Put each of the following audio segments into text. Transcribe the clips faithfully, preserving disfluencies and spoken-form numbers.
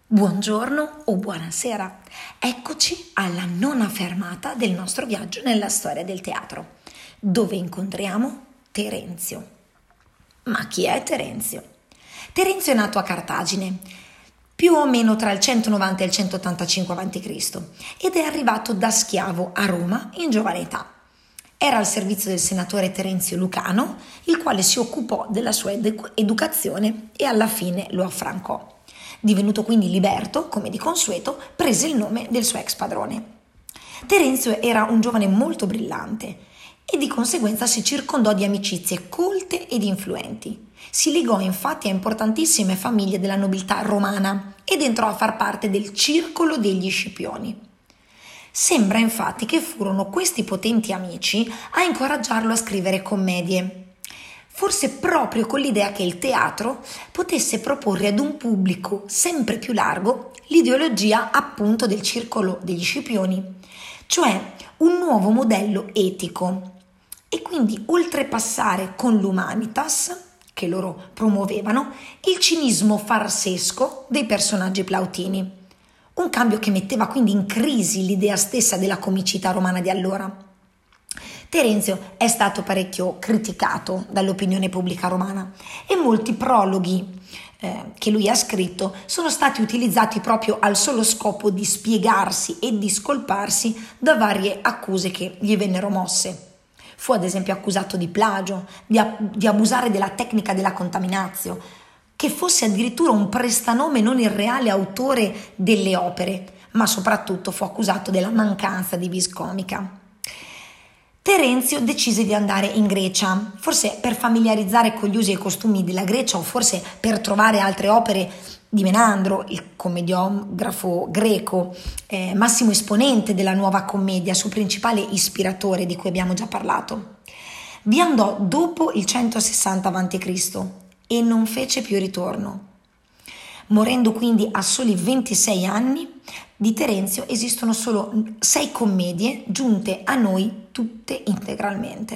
Buongiorno o buonasera, eccoci alla nona fermata del nostro viaggio nella storia del teatro, dove incontriamo Terenzio. Ma chi è Terenzio? Terenzio è nato a Cartagine, più o meno tra il centonovanta e il centottantacinque avanti Cristo, ed è arrivato da schiavo a Roma in giovane età. Era al servizio del senatore Terenzio Lucano, il quale si occupò della sua edu- educazione e alla fine lo affrancò. Divenuto quindi liberto, come di consueto, prese il nome del suo ex padrone. Terenzio era un giovane molto brillante e di conseguenza si circondò di amicizie colte ed influenti. Si legò infatti a importantissime famiglie della nobiltà romana ed entrò a far parte del circolo degli Scipioni. Sembra infatti che furono questi potenti amici a incoraggiarlo a scrivere commedie. Forse proprio con l'idea che il teatro potesse proporre ad un pubblico sempre più largo l'ideologia appunto del circolo degli Scipioni, cioè un nuovo modello etico, e quindi oltrepassare con l'humanitas, che loro promuovevano, il cinismo farsesco dei personaggi plautini. Un cambio che metteva quindi in crisi l'idea stessa della comicità romana di allora. Terenzio è stato parecchio criticato dall'opinione pubblica romana e molti prologhi eh, che lui ha scritto sono stati utilizzati proprio al solo scopo di spiegarsi e di scolparsi da varie accuse che gli vennero mosse. Fu ad esempio accusato di plagio, di, a- di abusare della tecnica della contaminatio, che fosse addirittura un prestanome non il reale autore delle opere, ma soprattutto fu accusato della mancanza di vis comica. Terenzio decise di andare in Grecia, forse per familiarizzare con gli usi e i costumi della Grecia o forse per trovare altre opere di Menandro, il commediografo greco, eh, massimo esponente della nuova commedia, suo principale ispiratore di cui abbiamo già parlato. Vi andò dopo il centosessanta avanti Cristo e non fece più ritorno. Morendo quindi a soli ventisei anni, di Terenzio esistono solo sei commedie giunte a noi tutte integralmente.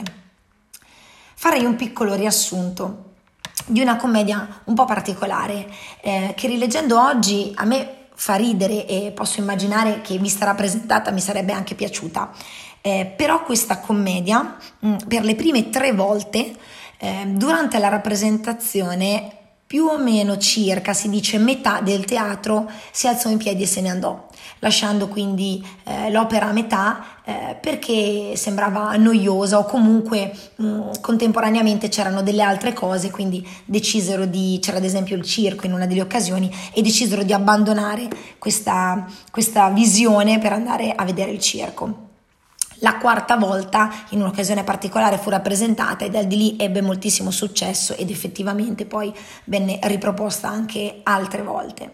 Farei un piccolo riassunto di una commedia un po' particolare eh, che rileggendo oggi a me fa ridere e posso immaginare che vista rappresentata mi sarebbe anche piaciuta. Eh, però questa commedia mh, per le prime tre volte eh, durante la rappresentazione più o meno circa, si dice metà del teatro si alzò in piedi e se ne andò, lasciando quindi eh, l'opera a metà eh, perché sembrava noiosa o comunque mh, contemporaneamente c'erano delle altre cose, quindi decisero di, c'era ad esempio il circo in una delle occasioni e decisero di abbandonare questa, questa visione per andare a vedere il circo. La quarta volta, in un'occasione particolare, fu rappresentata e da di lì ebbe moltissimo successo ed effettivamente poi venne riproposta anche altre volte.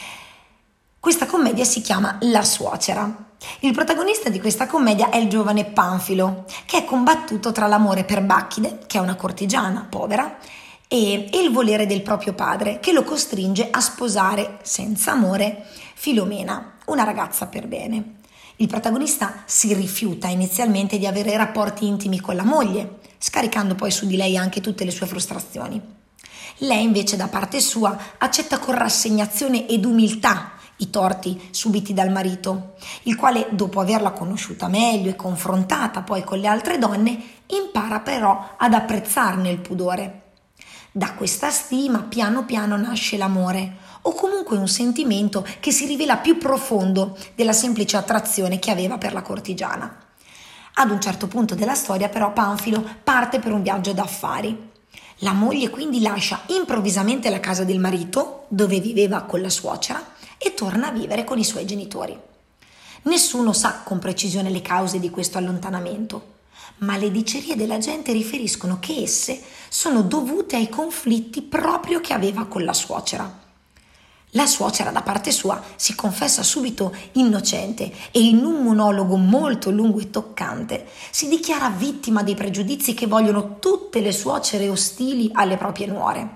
Questa commedia si chiama La suocera. Il protagonista di questa commedia è il giovane Panfilo, che è combattuto tra l'amore per Bacchide, che è una cortigiana povera, e, e il volere del proprio padre, che lo costringe a sposare senza amore Filomena, una ragazza per bene. Il protagonista si rifiuta inizialmente di avere rapporti intimi con la moglie, scaricando poi su di lei anche tutte le sue frustrazioni. Lei invece da parte sua accetta con rassegnazione ed umiltà i torti subiti dal marito, il quale dopo averla conosciuta meglio e confrontata poi con le altre donne, impara però ad apprezzarne il pudore. Da questa stima piano piano nasce l'amore, o comunque un sentimento che si rivela più profondo della semplice attrazione che aveva per la cortigiana. Ad un certo punto della storia però Panfilo parte per un viaggio d'affari. La moglie quindi lascia improvvisamente la casa del marito, dove viveva con la suocera, e torna a vivere con i suoi genitori. Nessuno sa con precisione le cause di questo allontanamento, ma le dicerie della gente riferiscono che esse sono dovute ai conflitti proprio che aveva con la suocera. La suocera da parte sua si confessa subito innocente e in un monologo molto lungo e toccante si dichiara vittima dei pregiudizi che vogliono tutte le suocere ostili alle proprie nuore.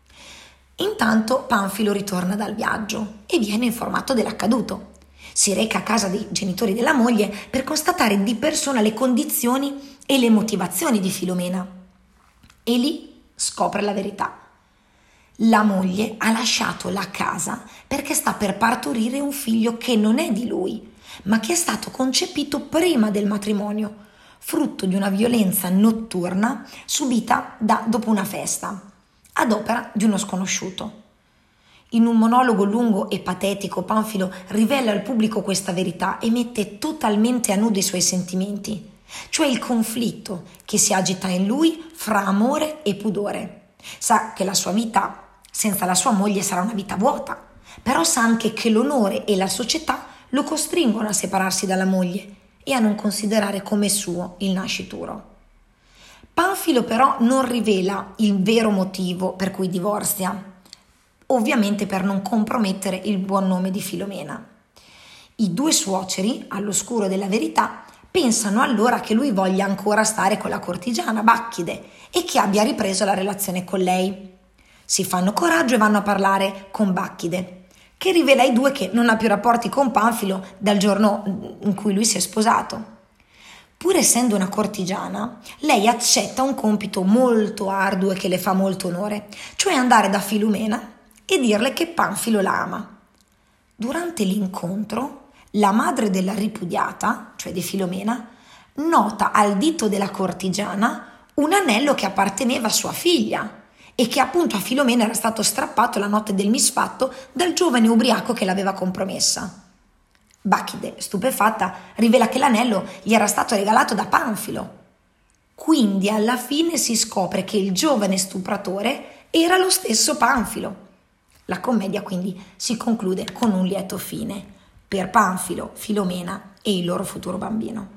Intanto Panfilo ritorna dal viaggio e viene informato dell'accaduto. Si reca a casa dei genitori della moglie per constatare di persona le condizioni e le motivazioni di Filomena e lì scopre la verità. La moglie ha lasciato la casa perché sta per partorire un figlio che non è di lui, ma che è stato concepito prima del matrimonio, frutto di una violenza notturna subita da, dopo una festa, ad opera di uno sconosciuto. In un monologo lungo e patetico, Panfilo rivela al pubblico questa verità e mette totalmente a nudo i suoi sentimenti, cioè il conflitto che si agita in lui fra amore e pudore. Sa che la sua vita senza la sua moglie sarà una vita vuota, però sa anche che l'onore e la società lo costringono a separarsi dalla moglie e a non considerare come suo il nascituro. Panfilo però non rivela il vero motivo per cui divorzia, ovviamente per non compromettere il buon nome di Filomena. I due suoceri, all'oscuro della verità, pensano allora che lui voglia ancora stare con la cortigiana Bacchide e che abbia ripreso la relazione con lei. Si fanno coraggio e vanno a parlare con Bacchide, che rivela ai due che non ha più rapporti con Panfilo dal giorno in cui lui si è sposato. Pur essendo una cortigiana, lei accetta un compito molto arduo e che le fa molto onore, cioè andare da Filomena e dirle che Panfilo la ama. Durante l'incontro, la madre della ripudiata, cioè di Filomena, nota al dito della cortigiana un anello che apparteneva a sua figlia e che appunto a Filomena era stato strappato la notte del misfatto dal giovane ubriaco che l'aveva compromessa. Bacchide, stupefatta, rivela che l'anello gli era stato regalato da Panfilo. Quindi alla fine si scopre che il giovane stupratore era lo stesso Panfilo. La commedia quindi si conclude con un lieto fine per Panfilo, Filomena e il loro futuro bambino.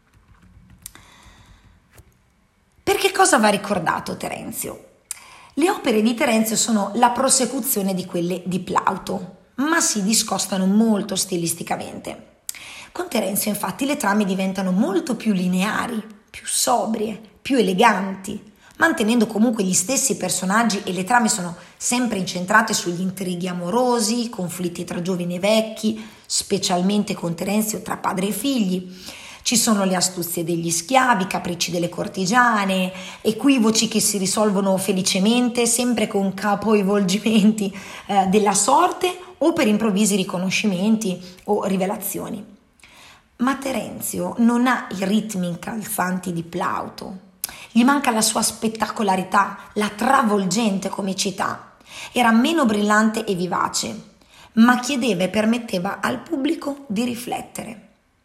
Per che cosa va ricordato Terenzio? Le opere di Terenzio sono la prosecuzione di quelle di Plauto, ma si discostano molto stilisticamente. Con Terenzio, infatti, le trame diventano molto più lineari, più sobrie, più eleganti, mantenendo comunque gli stessi personaggi e le trame sono sempre incentrate sugli intrighi amorosi, conflitti tra giovani e vecchi, specialmente con Terenzio tra padre e figli. Ci sono le astuzie degli schiavi, capricci delle cortigiane, equivoci che si risolvono felicemente, sempre con capovolgimenti eh, della sorte o per improvvisi riconoscimenti o rivelazioni. Ma Terenzio non ha i ritmi incalzanti di Plauto, gli manca la sua spettacolarità, la travolgente comicità. Era meno brillante e vivace, ma chiedeva e permetteva al pubblico di riflettere.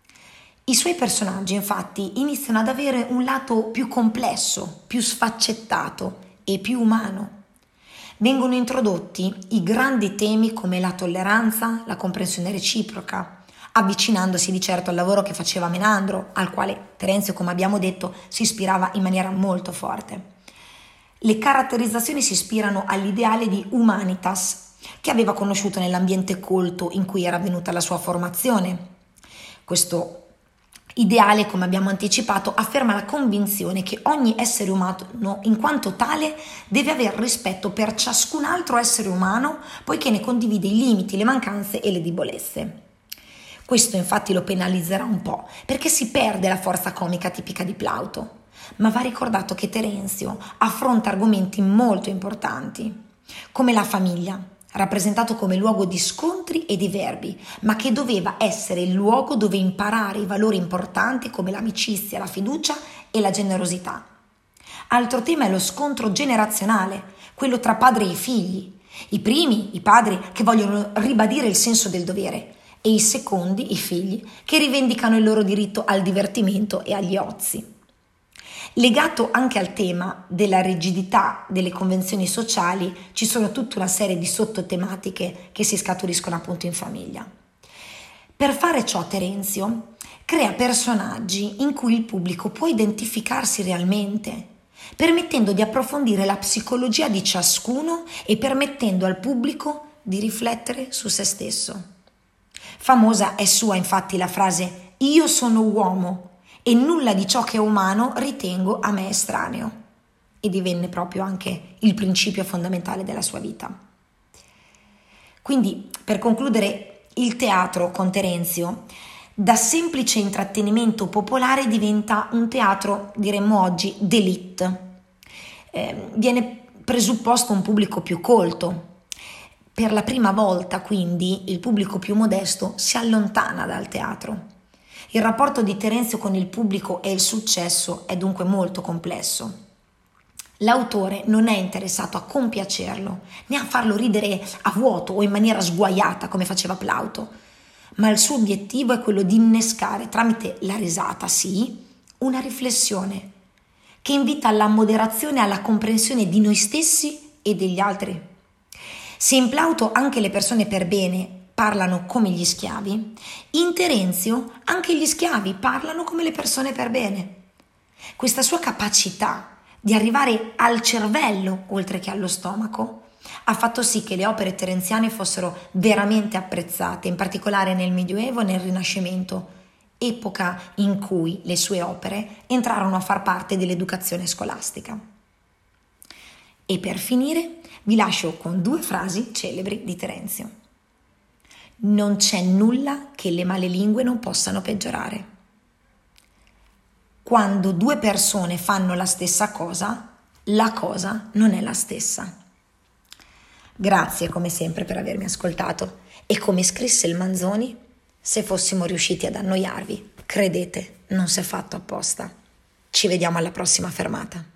I suoi personaggi, infatti, iniziano ad avere un lato più complesso, più sfaccettato e più umano. Vengono introdotti i grandi temi come la tolleranza, la comprensione reciproca, avvicinandosi di certo al lavoro che faceva Menandro, al quale Terenzio, come abbiamo detto, si ispirava in maniera molto forte. Le caratterizzazioni si ispirano all'ideale di humanitas, che aveva conosciuto nell'ambiente colto in cui era avvenuta la sua formazione. Questo ideale, come abbiamo anticipato, afferma la convinzione che ogni essere umano, in quanto tale, deve aver rispetto per ciascun altro essere umano, poiché ne condivide i limiti, le mancanze e le debolezze. Questo infatti lo penalizzerà un po', perché si perde la forza comica tipica di Plauto. Ma va ricordato che Terenzio affronta argomenti molto importanti, come la famiglia, rappresentato come luogo di scontri e di verbi, ma che doveva essere il luogo dove imparare i valori importanti come l'amicizia, la fiducia e la generosità. Altro tema è lo scontro generazionale, quello tra padri e figli. I primi, i padri, che vogliono ribadire il senso del dovere, e i secondi, i figli, che rivendicano il loro diritto al divertimento e agli ozi. Legato anche al tema della rigidità delle convenzioni sociali, ci sono tutta una serie di sottotematiche che si scaturiscono appunto in famiglia. Per fare ciò Terenzio crea personaggi in cui il pubblico può identificarsi realmente, permettendo di approfondire la psicologia di ciascuno e permettendo al pubblico di riflettere su se stesso. Famosa è sua infatti la frase «Io sono uomo e nulla di ciò che è umano ritengo a me estraneo», e divenne proprio anche il principio fondamentale della sua vita. Quindi, per concludere, il teatro con Terenzio da semplice intrattenimento popolare diventa un teatro, diremmo oggi, d'élite. Eh, viene presupposto un pubblico più colto. Per la prima volta, quindi, il pubblico più modesto si allontana dal teatro. Il rapporto di Terenzio con il pubblico e il successo è dunque molto complesso. L'autore non è interessato a compiacerlo, né a farlo ridere a vuoto o in maniera sguaiata come faceva Plauto, ma il suo obiettivo è quello di innescare tramite la risata, sì, una riflessione che invita alla moderazione e alla comprensione di noi stessi e degli altri. Se in Plauto anche le persone per bene parlano come gli schiavi, in Terenzio anche gli schiavi parlano come le persone per bene. Questa sua capacità di arrivare al cervello oltre che allo stomaco ha fatto sì che le opere terenziane fossero veramente apprezzate, in particolare nel Medioevo e nel Rinascimento, epoca in cui le sue opere entrarono a far parte dell'educazione scolastica. E per finire vi lascio con due frasi celebri di Terenzio. Non c'è nulla che le male lingue non possano peggiorare. Quando due persone fanno la stessa cosa, la cosa non è la stessa. Grazie come sempre per avermi ascoltato e come scrisse il Manzoni, se fossimo riusciti ad annoiarvi, credete, non si è fatto apposta. Ci vediamo alla prossima fermata.